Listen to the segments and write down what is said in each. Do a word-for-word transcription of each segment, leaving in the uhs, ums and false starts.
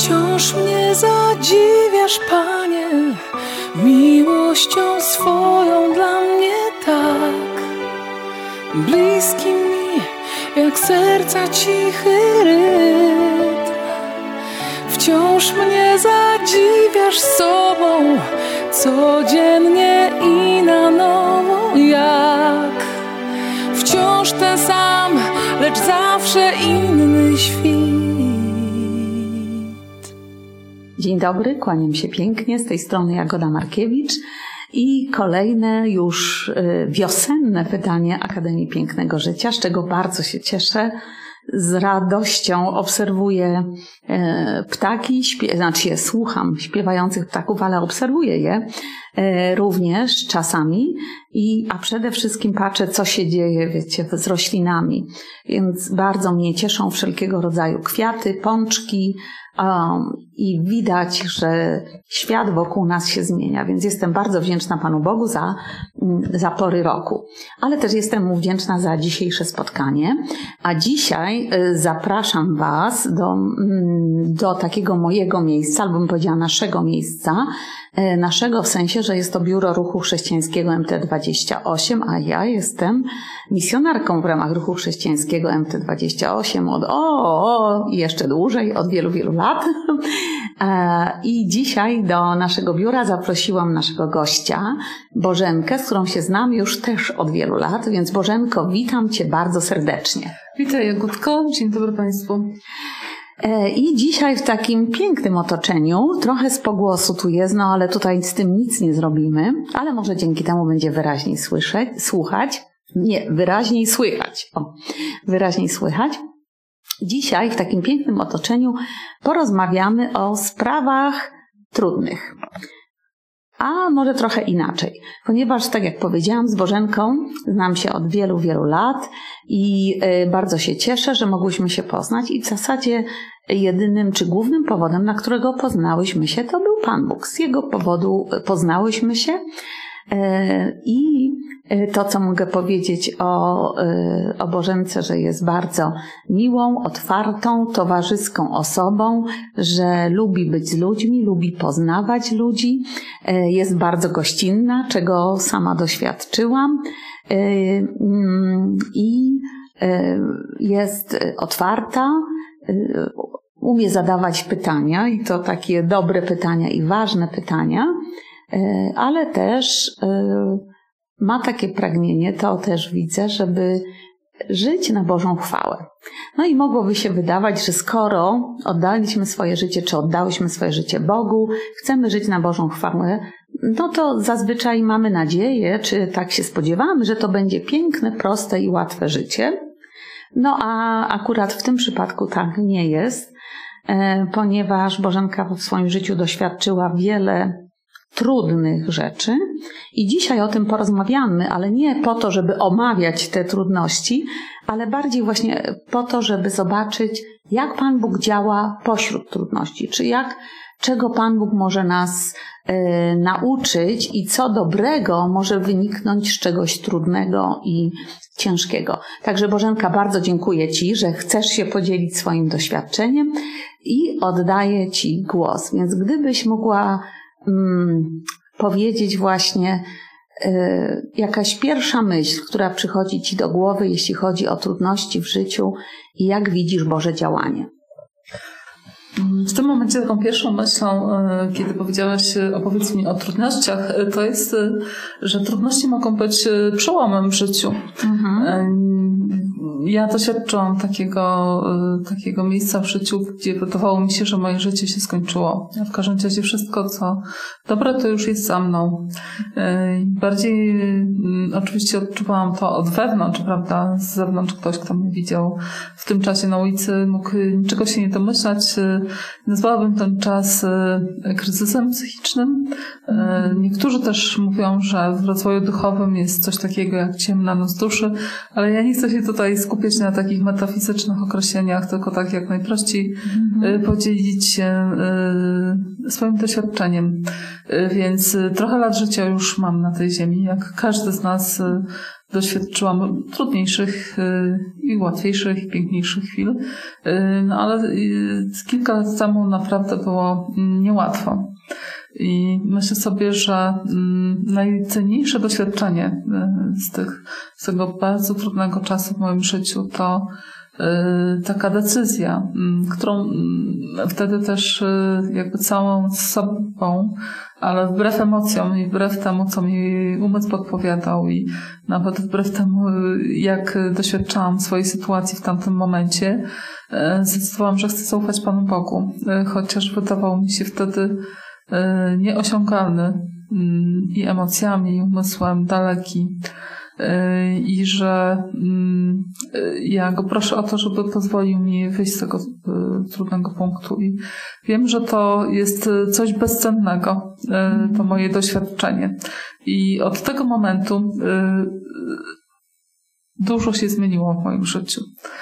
Wciąż mnie zadziwiasz, Panie, miłością swoją dla mnie tak. Bliski mi jak serca cichy rytm. Wciąż mnie zadziwiasz sobą, codziennie i na nowo jak. Wciąż ten sam, lecz zawsze inny świt. Dzień dobry, kłaniam się pięknie, z tej strony Jagoda Markiewicz i kolejne już wiosenne wydanie Akademii Pięknego Życia, z czego bardzo się cieszę. Z radością obserwuję ptaki, śpie- znaczy je słucham śpiewających ptaków, ale obserwuję je również czasami, i, a przede wszystkim patrzę, co się dzieje, wiecie, z roślinami. Więc bardzo mnie cieszą wszelkiego rodzaju kwiaty, pączki, um, i widać, że świat wokół nas się zmienia, więc jestem bardzo wdzięczna Panu Bogu za, za pory roku. Ale też jestem Mu wdzięczna za dzisiejsze spotkanie. A dzisiaj zapraszam Was do, do takiego mojego miejsca, albo bym powiedziała naszego miejsca, naszego w sensie, że jest to Biuro Ruchu Chrześcijańskiego M T dwadzieścia osiem, a ja jestem misjonarką w ramach Ruchu Chrześcijańskiego M T dwadzieścia osiem od o, o jeszcze dłużej, od wielu, wielu lat. I dzisiaj do naszego biura zaprosiłam naszego gościa, Bożenkę, z którą się znam już też od wielu lat, więc Bożenko, witam Cię bardzo serdecznie. Witaj, Jagódko, dzień dobry Państwu. I dzisiaj w takim pięknym otoczeniu, trochę z pogłosu tu jest, no ale tutaj z tym nic nie zrobimy, ale może dzięki temu będzie wyraźniej słyszeć, słuchać, nie, wyraźniej słychać, o, wyraźniej słychać. Dzisiaj w takim pięknym otoczeniu porozmawiamy o sprawach trudnych. A może trochę inaczej, ponieważ tak jak powiedziałam, z Bożenką znam się od wielu, wielu lat i bardzo się cieszę, że mogłyśmy się poznać i w zasadzie jedynym czy głównym powodem, na którego poznałyśmy się, to był Pan Bóg. Z jego powodu poznałyśmy się i to, co mogę powiedzieć o, o Bożence, że jest bardzo miłą, otwartą, towarzyską osobą, że lubi być z ludźmi, lubi poznawać ludzi, jest bardzo gościnna, czego sama doświadczyłam i jest otwarta, umie zadawać pytania i to takie dobre pytania i ważne pytania, ale też ma takie pragnienie, to też widzę, żeby żyć na Bożą chwałę. No i mogłoby się wydawać, że skoro oddaliśmy swoje życie, czy oddałyśmy swoje życie Bogu, chcemy żyć na Bożą chwałę, no to zazwyczaj mamy nadzieję, czy tak się spodziewamy, że to będzie piękne, proste i łatwe życie. No a akurat w tym przypadku tak nie jest, ponieważ Bożenka w swoim życiu doświadczyła wiele trudnych rzeczy i dzisiaj o tym porozmawiamy, ale nie po to, żeby omawiać te trudności, ale bardziej właśnie po to, żeby zobaczyć, jak Pan Bóg działa pośród trudności, czy jak, czego Pan Bóg może nas y, nauczyć i co dobrego może wyniknąć z czegoś trudnego i ciężkiego. Także Bożenka, bardzo dziękuję Ci, że chcesz się podzielić swoim doświadczeniem i oddaję Ci głos. Więc gdybyś mogła powiedzieć właśnie y, jakaś pierwsza myśl, która przychodzi Ci do głowy, jeśli chodzi o trudności w życiu i jak widzisz Boże działanie. W tym momencie taką pierwszą myślą, kiedy powiedziałaś, opowiedz mi o trudnościach, to jest, że trudności mogą być przełomem w życiu. Mhm. Ja doświadczyłam takiego, takiego miejsca w życiu, gdzie wydawało mi się, że moje życie się skończyło. A w każdym razie wszystko, co dobre, to już jest za mną. Bardziej oczywiście odczuwałam to od wewnątrz, prawda? Z zewnątrz ktoś, kto mnie widział w tym czasie na ulicy, mógł niczego się nie domyślać. Nazwałabym ten czas kryzysem psychicznym. Niektórzy też mówią, że w rozwoju duchowym jest coś takiego jak ciemna noc duszy, ale ja nie chcę się tutaj skupiać skupiać na takich metafizycznych określeniach, tylko tak jak najprościej mhm. podzielić się swoim doświadczeniem. Więc trochę lat życia już mam na tej ziemi. Jak każdy z nas doświadczyłam trudniejszych i łatwiejszych, i piękniejszych chwil. No ale kilka lat temu naprawdę było niełatwo. I myślę sobie, że najcenniejsze doświadczenie z, tych, z tego bardzo trudnego czasu w moim życiu to taka decyzja, którą wtedy też jakby całą sobą, ale wbrew emocjom i wbrew temu, co mi umysł podpowiadał i nawet wbrew temu, jak doświadczałam swojej sytuacji w tamtym momencie, zdecydowałam, że chcę zaufać Panu Bogu, chociaż wydawał mi się wtedy nieosiągalny i emocjami, i umysłem daleki. I że ja go proszę o to, żeby pozwolił mi wyjść z tego trudnego punktu. I wiem, że to jest coś bezcennego, to moje doświadczenie. I od tego momentu dużo się zmieniło w moim życiu.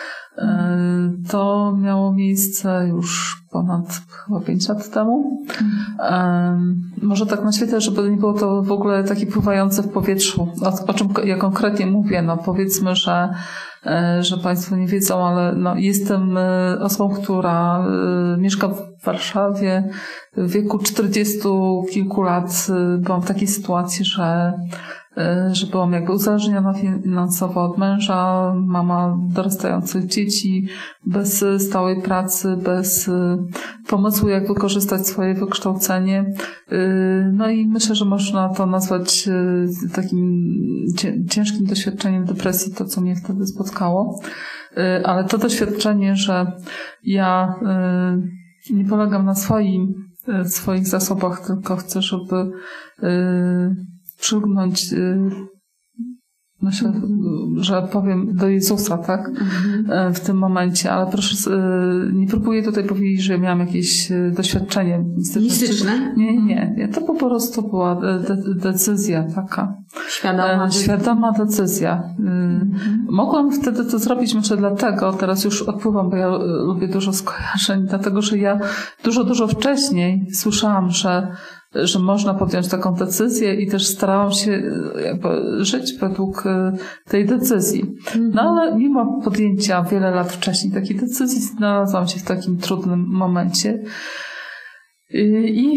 To miało miejsce już ponad chyba pięć lat temu. Um, może tak na świecie, żeby nie było to w ogóle takie pływające w powietrzu. O, o czym ja konkretnie mówię? No powiedzmy, że, że Państwo nie wiedzą, ale no, jestem osobą, która mieszka w Warszawie. W wieku czterdziestu kilku lat byłam w takiej sytuacji, że że byłam jakby uzależniona finansowo od męża, mama dorastających dzieci, bez stałej pracy, bez pomysłu, jak wykorzystać swoje wykształcenie. No i myślę, że można to nazwać takim ciężkim doświadczeniem depresji, to co mnie wtedy spotkało. Ale to doświadczenie, że ja nie polegam na swoim, swoich zasobach, tylko chcę, żeby przylgnąć, myślę, że powiem do Jezusa, tak? Mhm. W tym momencie, ale proszę, nie próbuję tutaj powiedzieć, że miałam jakieś doświadczenie mistyczne. Nie, nie, nie. To po prostu była de- decyzja taka. Świadoma, Świadoma decyzja. Mhm. Mogłam wtedy to zrobić, myślę, dlatego, teraz już odpływam, bo ja lubię dużo skojarzeń, dlatego, że ja dużo, dużo wcześniej słyszałam, że że można podjąć taką decyzję i też starałam się jakby żyć według tej decyzji. No ale mimo podjęcia wiele lat wcześniej takiej decyzji znalazłam się w takim trudnym momencie. I,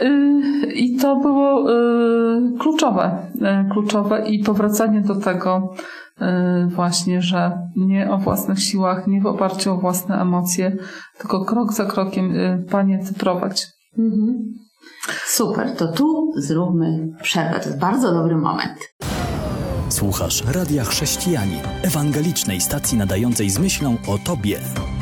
i to było kluczowe, kluczowe i powracanie do tego właśnie, że nie o własnych siłach, nie w oparciu o własne emocje, tylko krok za krokiem, Panie, Ty prowadź. Mhm. Super, to tu zróbmy przerwę. To jest bardzo dobry moment. Słuchasz Radia Chrześcijanin, ewangelicznej stacji nadającej z myślą o Tobie.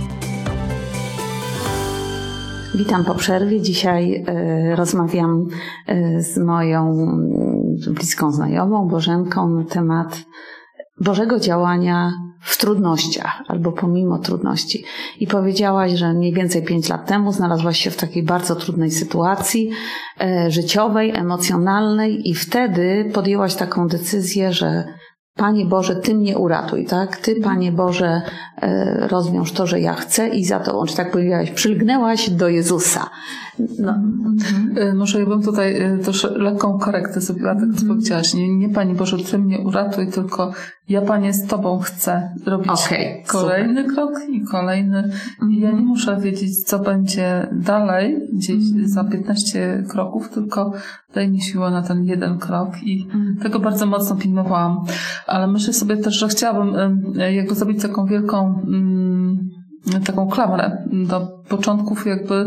Witam po przerwie. Dzisiaj y, rozmawiam y, z moją bliską znajomą, Bożenką, na temat Bożego działania w trudnościach albo pomimo trudności. I powiedziałaś, że mniej więcej pięć lat temu znalazłaś się w takiej bardzo trudnej sytuacji e, życiowej, emocjonalnej i wtedy podjęłaś taką decyzję, że Panie Boże, Ty mnie uratuj, tak? Ty, Panie Boże, e, rozwiąż to, że ja chcę i za to, czy tak powiedziałaś, przylgnęłaś do Jezusa. No. Mhm. Może ja bym tutaj też lekką korektę zrobiła, tak jak powiedziałaś. Nie, nie Panie Boże, Ty mnie uratuj, tylko ja, Panie, z Tobą chcę robić okay, kolejny super. krok i kolejny. Mhm. Ja nie muszę wiedzieć, co będzie dalej, gdzieś mhm. za piętnaście kroków, tylko daj mi siłę na ten jeden krok i mhm. tego bardzo mocno pilnowałam. Ale myślę sobie też, że chciałabym jakby zrobić taką wielką taką klamrę do początków jakby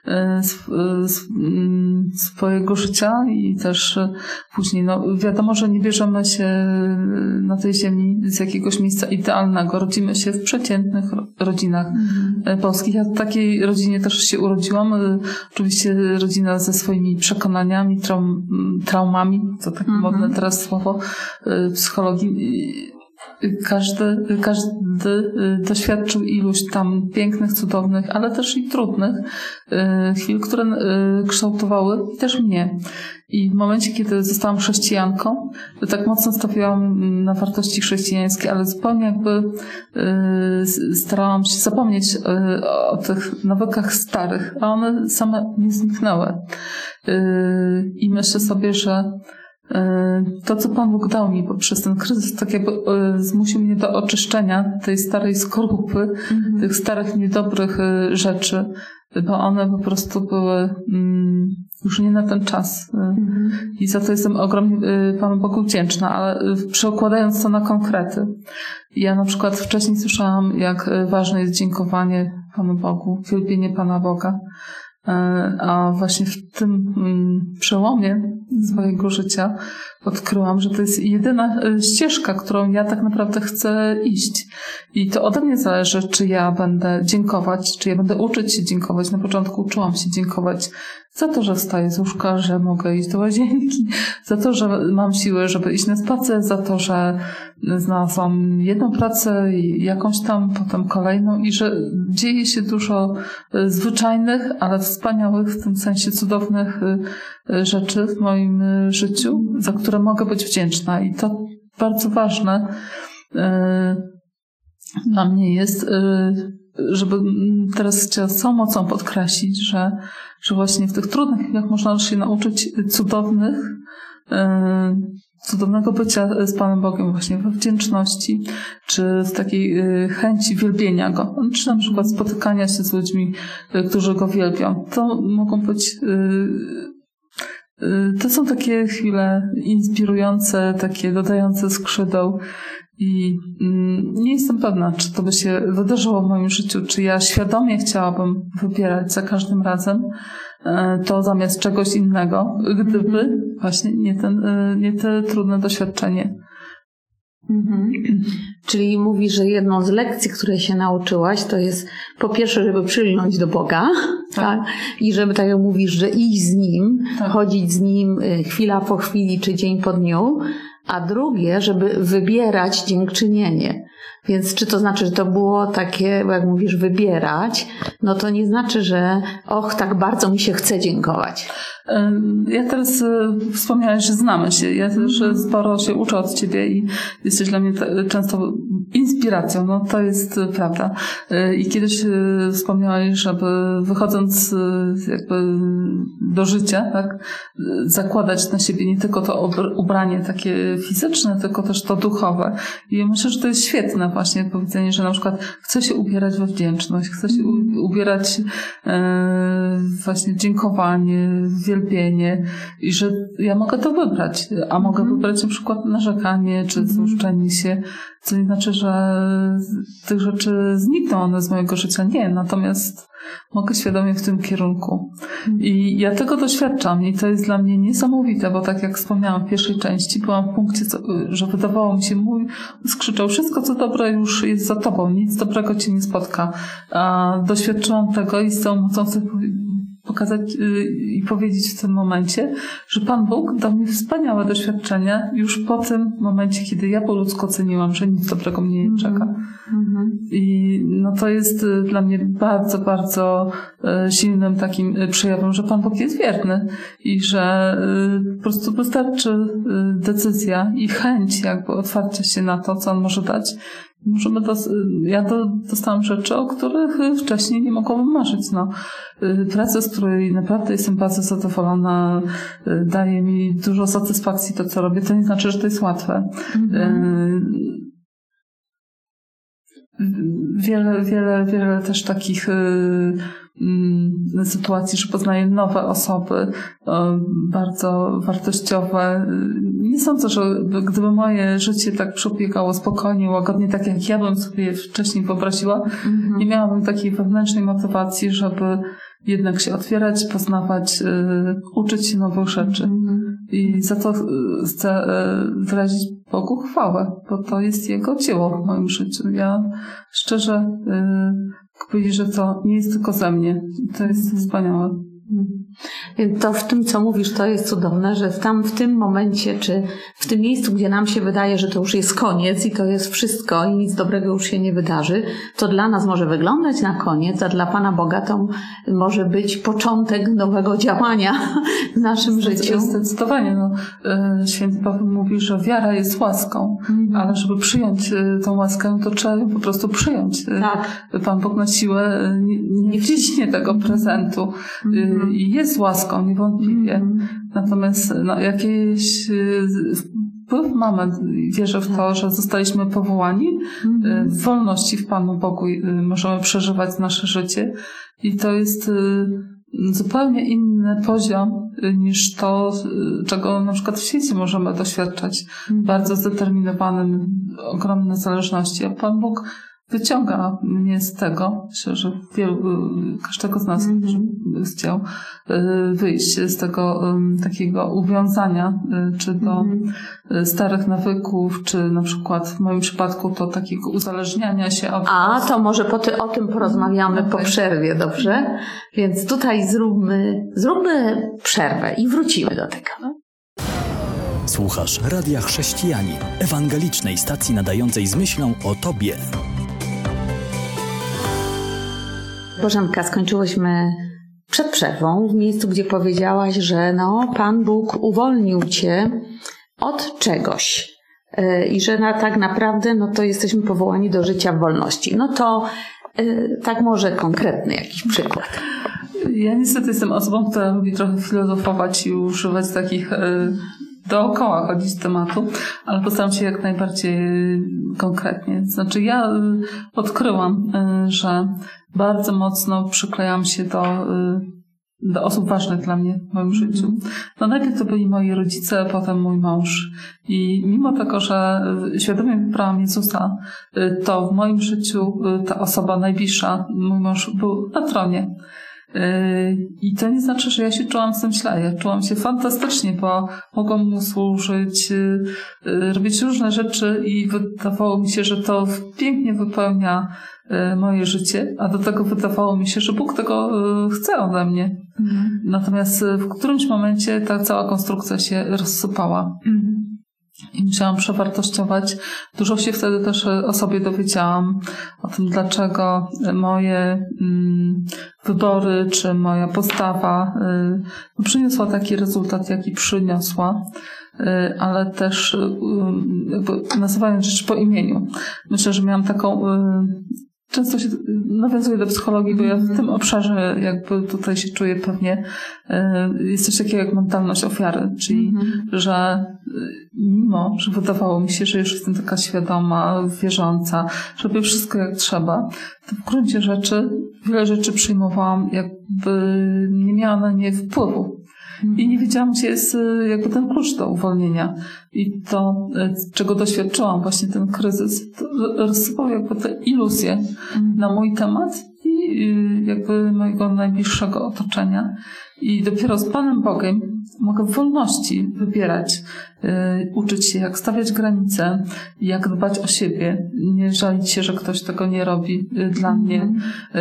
swojego życia i też później, no wiadomo, że nie bierzemy się na tej ziemi z jakiegoś miejsca idealnego. Rodzimy się w przeciętnych rodzinach mm. polskich. Ja w takiej rodzinie też się urodziłam. Oczywiście rodzina ze swoimi przekonaniami, traum, traumami, to takie mm-hmm. modne teraz słowo psychologii. Każdy, każdy doświadczył iluś tam pięknych, cudownych, ale też i trudnych chwil, które kształtowały też mnie. I w momencie, kiedy zostałam chrześcijanką, to tak mocno stawiałam na wartości chrześcijańskie, ale zupełnie jakby starałam się zapomnieć o tych nawykach starych, a one same nie zniknęły. I myślę sobie, że to, co Pan Bóg dał mi poprzez ten kryzys, tak jakby zmusił mnie do oczyszczenia tej starej skorupy, mm-hmm. tych starych, niedobrych rzeczy, bo one po prostu były mm, już nie na ten czas. Mm-hmm. I za to jestem ogromnie Panu Bogu wdzięczna, ale przekładając to na konkrety. Ja na przykład wcześniej słyszałam, jak ważne jest dziękowanie Panu Bogu, wielbienie Pana Boga. A właśnie w tym przełomie swojego życia odkryłam, że to jest jedyna ścieżka, którą ja tak naprawdę chcę iść. I to ode mnie zależy, czy ja będę dziękować, czy ja będę uczyć się dziękować. Na początku uczyłam się dziękować za to, że wstaję z łóżka, że mogę iść do łazienki, za to, że mam siłę, żeby iść na spacer, za to, że znalazłam jedną pracę i jakąś tam, potem kolejną i że dzieje się dużo zwyczajnych, ale wspaniałych, w tym sensie cudownych rzeczy w moim życiu, za które mogę być wdzięczna. I to bardzo ważne dla mnie jest, żeby teraz chciała z całą mocą podkreślić, że, że właśnie w tych trudnych chwilach można się nauczyć cudownych, cudownego bycia z Panem Bogiem właśnie we wdzięczności, czy z takiej chęci wielbienia Go, czy na przykład spotykania się z ludźmi, którzy Go wielbią. To mogą być, to są takie chwile inspirujące, takie dodające skrzydeł. I nie jestem pewna, czy to by się wydarzyło w moim życiu, czy ja świadomie chciałabym wybierać za każdym razem to zamiast czegoś innego, gdyby właśnie nie, ten, nie te trudne doświadczenie. Mhm. Czyli mówisz, że jedną z lekcji, której się nauczyłaś, to jest po pierwsze, żeby przylgnąć do Boga, tak. tak? I żeby, tak jak mówisz, że iść z Nim, tak. chodzić z Nim chwila po chwili, czy dzień po dniu, a drugie, żeby wybierać dziękczynienie. Więc czy to znaczy, że to było takie, jak mówisz, wybierać, no to nie znaczy, że och, tak bardzo mi się chce dziękować. Ja teraz wspomniałaś, że znamy się. Ja też sporo się uczę od Ciebie i jesteś dla mnie często inspiracją. No to jest prawda. I kiedyś wspomniałaś, żeby wychodząc jakby do życia, tak, zakładać na siebie nie tylko to ubranie takie fizyczne, tylko też to duchowe. I myślę, że to jest świetne właśnie powiedzenie, że na przykład chcę się ubierać we wdzięczność, chcę się ubierać e, właśnie w dziękowanie, w wielbienie i że ja mogę to wybrać, a mogę wybrać na przykład narzekanie czy złuszczenie się, co nie znaczy, że tych rzeczy znikną one z mojego życia. Nie, natomiast mogę świadomie w tym kierunku. I ja tego doświadczam i to jest dla mnie niesamowite, bo tak jak wspomniałam w pierwszej części, byłam w punkcie, że wydawało mi się, mój skrzyczał, wszystko co dobre już jest za tobą, nic dobrego cię nie spotka. A doświadczyłam tego i z całą mocą chcę pokazać i powiedzieć w tym momencie, że Pan Bóg dał mi wspaniałe doświadczenia już po tym momencie, kiedy ja po ludzku oceniłam, że nic dobrego mnie nie czeka. Mm-hmm. I no to jest dla mnie bardzo, bardzo silnym takim przejawem, że Pan Bóg jest wierny i że po prostu wystarczy decyzja i chęć jakby otwarcia się na to, co On może dać. Możemy dos- ja do, dostałam rzeczy, o których wcześniej nie mogłabym marzyć. No, praca, z której naprawdę jestem bardzo zadowolona, daje mi dużo satysfakcji to, co robię. To nie znaczy, że to jest łatwe. Mm-hmm. Wiele, wiele, wiele też takich sytuacji, że poznaję nowe osoby, bardzo wartościowe. Nie sądzę, że gdyby moje życie tak przebiegało spokojnie, łagodnie, tak jak ja bym sobie wcześniej wyobraziła, mm-hmm. nie miałabym takiej wewnętrznej motywacji, żeby jednak się otwierać, poznawać, uczyć się nowych rzeczy. Mm-hmm. I za to chcę wyrazić Bogu chwałę, bo to jest Jego dzieło w moim życiu. Ja szczerze mogę powiedzieć, że to nie jest tylko ze mnie. I to jest wspaniałe. To w tym, co mówisz, to jest cudowne, że tam w tym momencie, czy w tym miejscu, gdzie nam się wydaje, że to już jest koniec i to jest wszystko i nic dobrego już się nie wydarzy, to dla nas może wyglądać na koniec, a dla Pana Boga to może być początek nowego działania w naszym życiu. Zdecydowanie. No, Święty Paweł mówi, że wiara jest łaską, mhm. ale żeby przyjąć tą łaskę, to trzeba ją po prostu przyjąć. Tak. Pan Bóg na siłę nie, nie wciśnie tego prezentu. Mhm. I jest łaską, niewątpliwie. Mm. Natomiast no, jakiś wpływ mamy, wierzę w to, że zostaliśmy powołani mm. w wolności w Panu Bogu, możemy przeżywać nasze życie i to jest zupełnie inny poziom niż to, czego na przykład w świecie możemy doświadczać. Mm. Bardzo zdeterminowanym, ogromne zależności, a Pan Bóg wyciąga mnie z tego. Myślę, że wielu, każdego z nas mm-hmm. chciał wyjść z tego um, takiego uwiązania, czy do mm-hmm. starych nawyków, czy na przykład w moim przypadku to takiego uzależniania się od... A, to może po ty, o tym porozmawiamy okay. po przerwie, dobrze? Więc tutaj zróbmy, zróbmy przerwę i wrócimy do tego. Słuchasz Radia Chrześcijanin, ewangelicznej stacji nadającej z myślą o Tobie. Bożenka, skończyłyśmy przed przerwą w miejscu, gdzie powiedziałaś, że no, Pan Bóg uwolnił Cię od czegoś yy, i że na, tak naprawdę no, to jesteśmy powołani do życia w wolności. No to yy, tak może konkretny jakiś przykład. Ja niestety jestem osobą, która lubi trochę filozofować i używać takich... Yy... dookoła chodzić tematu, ale postaram się jak najbardziej konkretnie. Znaczy ja odkryłam, że bardzo mocno przyklejam się do, do osób ważnych dla mnie w moim życiu. No najpierw to byli moi rodzice, a potem mój mąż. I mimo tego, że świadomie wybrałam Jezusa, to w moim życiu ta osoba najbliższa, mój mąż, był na tronie. I to nie znaczy, że ja się czułam z tym źle. Ja czułam się fantastycznie, bo mogłam mu służyć, robić różne rzeczy i wydawało mi się, że to pięknie wypełnia moje życie, a do tego wydawało mi się, że Bóg tego chce ode mnie. Mhm. Natomiast w którymś momencie ta cała konstrukcja się rozsypała. Mhm. I musiałam przewartościować. Dużo się wtedy też o sobie dowiedziałam, o tym, dlaczego moje mm, wybory, czy moja postawa y, przyniosła taki rezultat, jaki przyniosła, y, ale też y, jakby nazywając rzecz po imieniu. Myślę, że miałam taką... Y, Często się nawiązuję do psychologii, bo ja w tym obszarze jakby tutaj się czuję pewnie, jest coś takiego jak mentalność ofiary, czyli mm-hmm. że mimo, że wydawało mi się, że już jestem taka świadoma, wierząca, że robię wszystko jak trzeba, to w gruncie rzeczy wiele rzeczy przyjmowałam, jakby nie miała na nie wpływu. I nie wiedziałam, gdzie jest jakby ten klucz do uwolnienia. I to, czego doświadczyłam, właśnie ten kryzys, to rozsypał jakby te iluzje na mój temat i jakby mojego najbliższego otoczenia. I dopiero z Panem Bogiem mogę w wolności wybierać, yy, uczyć się, jak stawiać granice, jak dbać o siebie, nie żalić się, że ktoś tego nie robi yy, dla mm-hmm. mnie,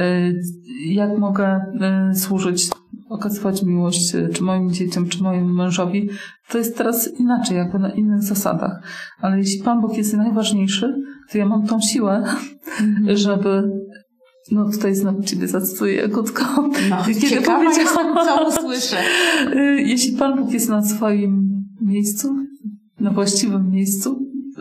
yy, jak mogę yy, służyć, okazywać miłość, czy moim dzieciom, czy mojemu mężowi. To jest teraz inaczej, jakby na innych zasadach. Ale jeśli Pan Bóg jest najważniejszy, to ja mam tą siłę, mm-hmm. żeby... No tutaj znowu Ciebie zacytuję, Jagódko. No, kiedy powiedziałam, co usłyszę. Jeśli Pan Bóg jest na swoim miejscu, na właściwym miejscu,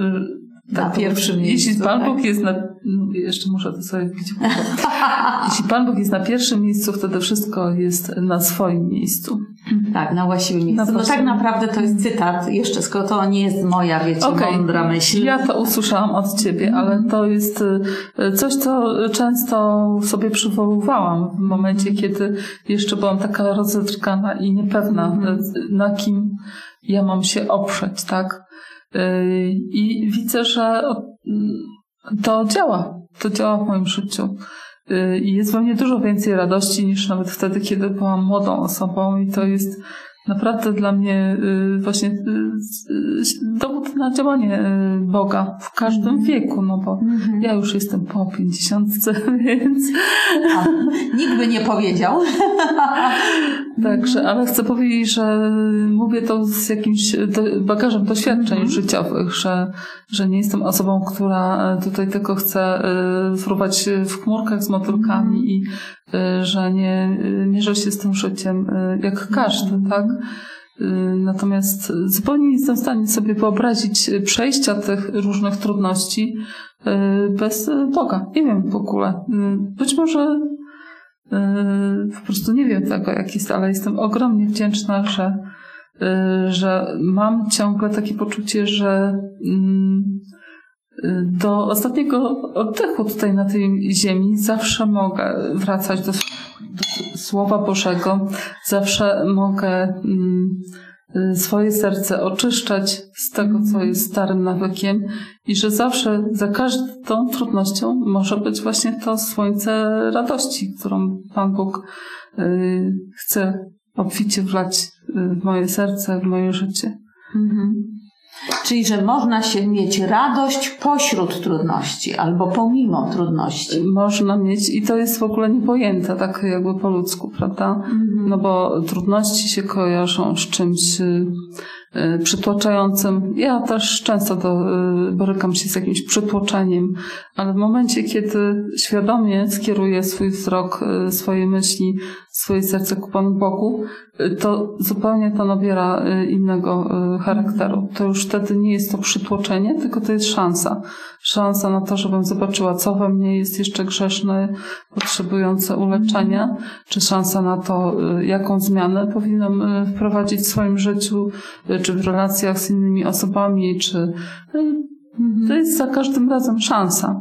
na tak, pierwszym miejscu. Jeśli Pan tak? Bóg jest na... No, jeszcze muszę to sobie wbić. Jeśli Pan Bóg jest na pierwszym miejscu, wtedy wszystko jest na swoim miejscu. Tak, na właściwym miejscu. No, no tak naprawdę to jest cytat, jeszcze skoro to nie jest moja, wiecie, okay. mądra myśl. Ja to usłyszałam od Ciebie, ale to jest coś, co często sobie przywoływałam w momencie, kiedy jeszcze byłam taka rozedrgana i niepewna, mm-hmm. na kim ja mam się oprzeć, tak? I widzę, że to działa. To działa w moim życiu. I jest we mnie dużo więcej radości niż nawet wtedy, kiedy byłam młodą osobą i to jest naprawdę dla mnie właśnie dowód na działanie Boga w każdym wieku, no bo mm-hmm. ja już jestem po pięćdziesiątce, więc... A, nikt by nie powiedział. Także, ale chcę powiedzieć, że mówię to z jakimś bagażem doświadczeń mm. życiowych, że, że nie jestem osobą, która tutaj tylko chce fruwać w chmurkach z motylkami mm. i że nie mierzę się z tym życiem jak każdy, mm. tak? Natomiast zupełnie nie jestem w stanie sobie wyobrazić przejścia tych różnych trudności bez Boga. Nie wiem w ogóle. Być może po prostu nie wiem tego, jak jest, ale jestem ogromnie wdzięczna, że, że mam ciągle takie poczucie, że do ostatniego oddechu tutaj na tej ziemi zawsze mogę wracać do, do Słowa Bożego, zawsze mogę swoje serce oczyszczać z tego, co jest starym nawykiem i że zawsze za każdą trudnością może być właśnie to słońce radości, którą Pan Bóg chce obficie wlać w moje serce, w moje życie. Mhm. Czyli, że można się mieć radość pośród trudności albo pomimo trudności. Można mieć i to jest w ogóle niepojęte, tak jakby po ludzku, prawda? Mm-hmm. No bo trudności się kojarzą z czymś y, y, przytłaczającym. Ja też często do, y, borykam się z jakimś przytłoczeniem, ale w momencie, kiedy świadomie skieruję swój wzrok, y, swoje myśli, swoje serce ku Panu Bogu, y, to zupełnie to nabiera y, innego y, charakteru. To już wtedy nie jest to przytłoczenie, tylko to jest szansa. Szansa na to, żebym zobaczyła, co we mnie jest jeszcze grzeszne, potrzebujące uleczenia, czy szansa na to, jaką zmianę powinnam wprowadzić w swoim życiu, czy w relacjach z innymi osobami, czy to jest za każdym razem szansa,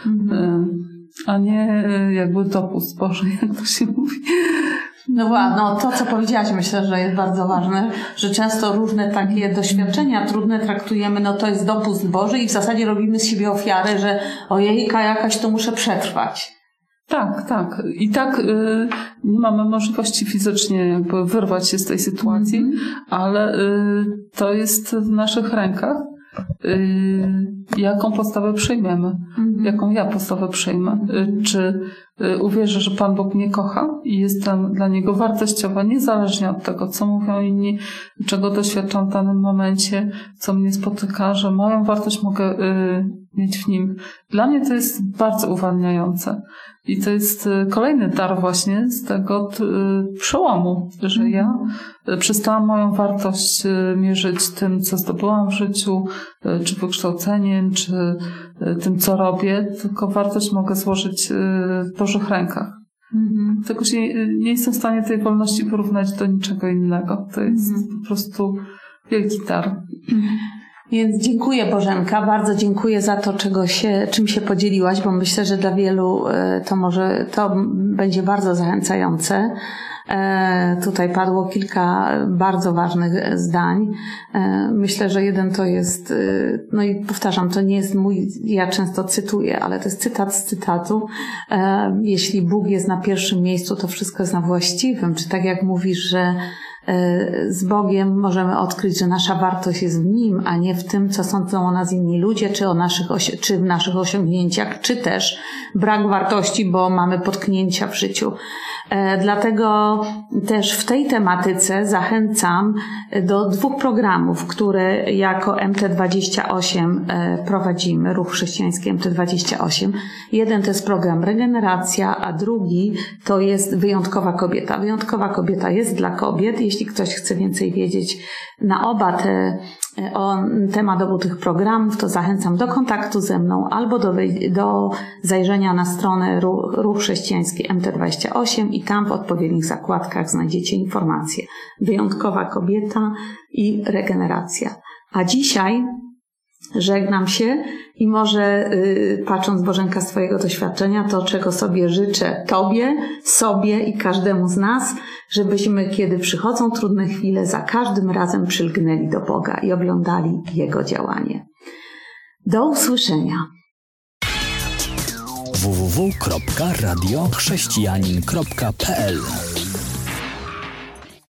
a nie jakby dopust Boży, jak to się mówi. No, no to, co powiedziałaś, myślę, że jest bardzo ważne, że często różne takie doświadczenia trudne traktujemy, no to jest dopust Boży i w zasadzie robimy z siebie ofiarę, że ojejka jakaś to muszę przetrwać. Tak, tak. I tak y, nie mamy możliwości fizycznie jakby wyrwać się z tej sytuacji, mm-hmm. ale y, to jest w naszych rękach. Y, jaką postawę przyjmiemy, mm-hmm. jaką ja postawę przyjmę. Y, czy y, uwierzę, że Pan Bóg mnie kocha i jestem dla Niego wartościowa, niezależnie od tego, co mówią inni, czego doświadczam w danym momencie, co mnie spotyka, że moją wartość mogę y, mieć w Nim. Dla mnie to jest bardzo uwalniające. I to jest kolejny dar właśnie z tego przełomu, że ja przestałam moją wartość mierzyć tym, co zdobyłam w życiu, czy wykształceniem, czy tym, co robię, tylko wartość mogę złożyć w Bożych rękach. Mhm. Tylko się nie jestem w stanie tej wolności porównać do niczego innego. To jest mhm. po prostu wielki dar. Więc dziękuję, Bożenka, bardzo dziękuję za to, czego się, czym się podzieliłaś, bo myślę, że dla wielu to może, to będzie bardzo zachęcające. E, tutaj padło kilka bardzo ważnych zdań. E, myślę, że jeden to jest, no i powtarzam, to nie jest mój, ja często cytuję, ale to jest cytat z cytatu. E, jeśli Bóg jest na pierwszym miejscu, to wszystko jest na właściwym. Czy tak jak mówisz, że z Bogiem możemy odkryć, że nasza wartość jest w Nim, a nie w tym, co sądzą o nas inni ludzie, czy, o naszych osi- czy w naszych osiągnięciach, czy też brak wartości, bo mamy potknięcia w życiu. E, dlatego też w tej tematyce zachęcam do dwóch programów, które jako M T dwadzieścia osiem e, prowadzimy, Ruch Chrześcijański M T dwadzieścia osiem. Jeden to jest program Regeneracja, a drugi to jest Wyjątkowa Kobieta. Wyjątkowa Kobieta jest dla kobiet. Jeśli ktoś chce więcej wiedzieć na oba te o temat obu tych programów, to zachęcam do kontaktu ze mną albo do, do zajrzenia na stronę Ruch Chrześcijański M T dwadzieścia osiem i tam w odpowiednich zakładkach znajdziecie informacje. Wyjątkowa Kobieta i Regeneracja. A dzisiaj żegnam się i może yy, patrząc, Bożenka, z Twojego doświadczenia, to czego sobie życzę Tobie, sobie i każdemu z nas, żebyśmy, kiedy przychodzą trudne chwile, za każdym razem przylgnęli do Boga i oglądali Jego działanie. Do usłyszenia. w w w kropka radio chrześcijanin kropka p l